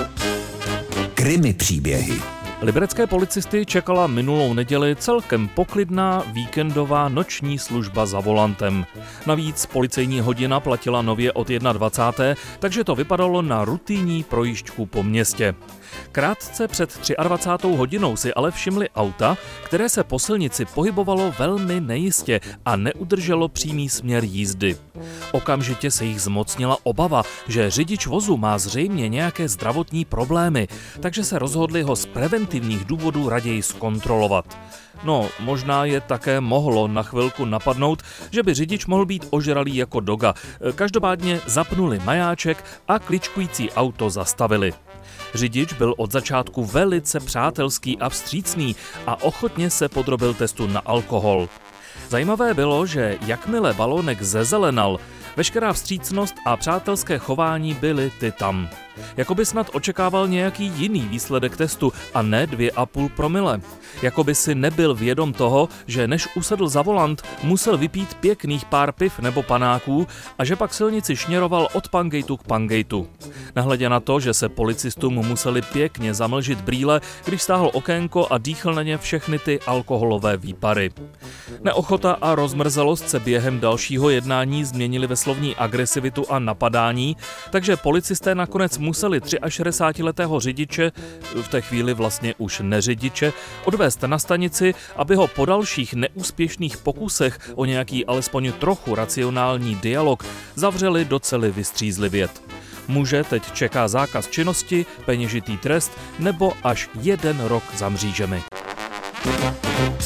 Krimi příběhy. Liberecké policisty čekala minulou neděli celkem poklidná víkendová noční služba za volantem. Navíc policejní hodina platila nově od 21., takže to vypadalo na rutinní projížďku po městě. Krátce před 23. hodinou si ale všimli auta, které se po silnici pohybovalo velmi nejistě a neudrželo přímý směr jízdy. Okamžitě se jich zmocnila obava, že řidič vozu má zřejmě nějaké zdravotní problémy, takže se rozhodli ho z preventivních důvodů raději zkontrolovat. No, možná je také mohlo na chvilku napadnout, že by řidič mohl být ožralý jako doga. Každopádně zapnuli majáček a kličkující auto zastavili. Řidič byl od začátku velice přátelský a vstřícný a ochotně se podrobil testu na alkohol. Zajímavé bylo, že jakmile balonek zezelenal, veškerá vstřícnost a přátelské chování byly ty tam. Jakoby snad očekával nějaký jiný výsledek testu a ne 2,5 promile. Jakoby si nebyl vědom toho, že než usedl za volant, musel vypít pěkných pár piv nebo panáků a že pak silnici šněroval od pangejtu k pangejtu. Nehledě na to, že se policistům museli pěkně zamlžit brýle, když stáhl okénko a dýchl na ně všechny ty alkoholové výpary. Neochota a rozmrzelost se během dalšího jednání změnily ve slovní agresivitu a napadání, takže policisté nakonec museli 63letého řidiče, v té chvíli vlastně už neřidiče, odvést na stanici, aby ho po dalších neúspěšných pokusech o nějaký alespoň trochu racionální dialog zavřeli do cely vystřízlivět. Muže teď čeká zákaz činnosti, peněžitý trest nebo až 1 rok za mřížemi.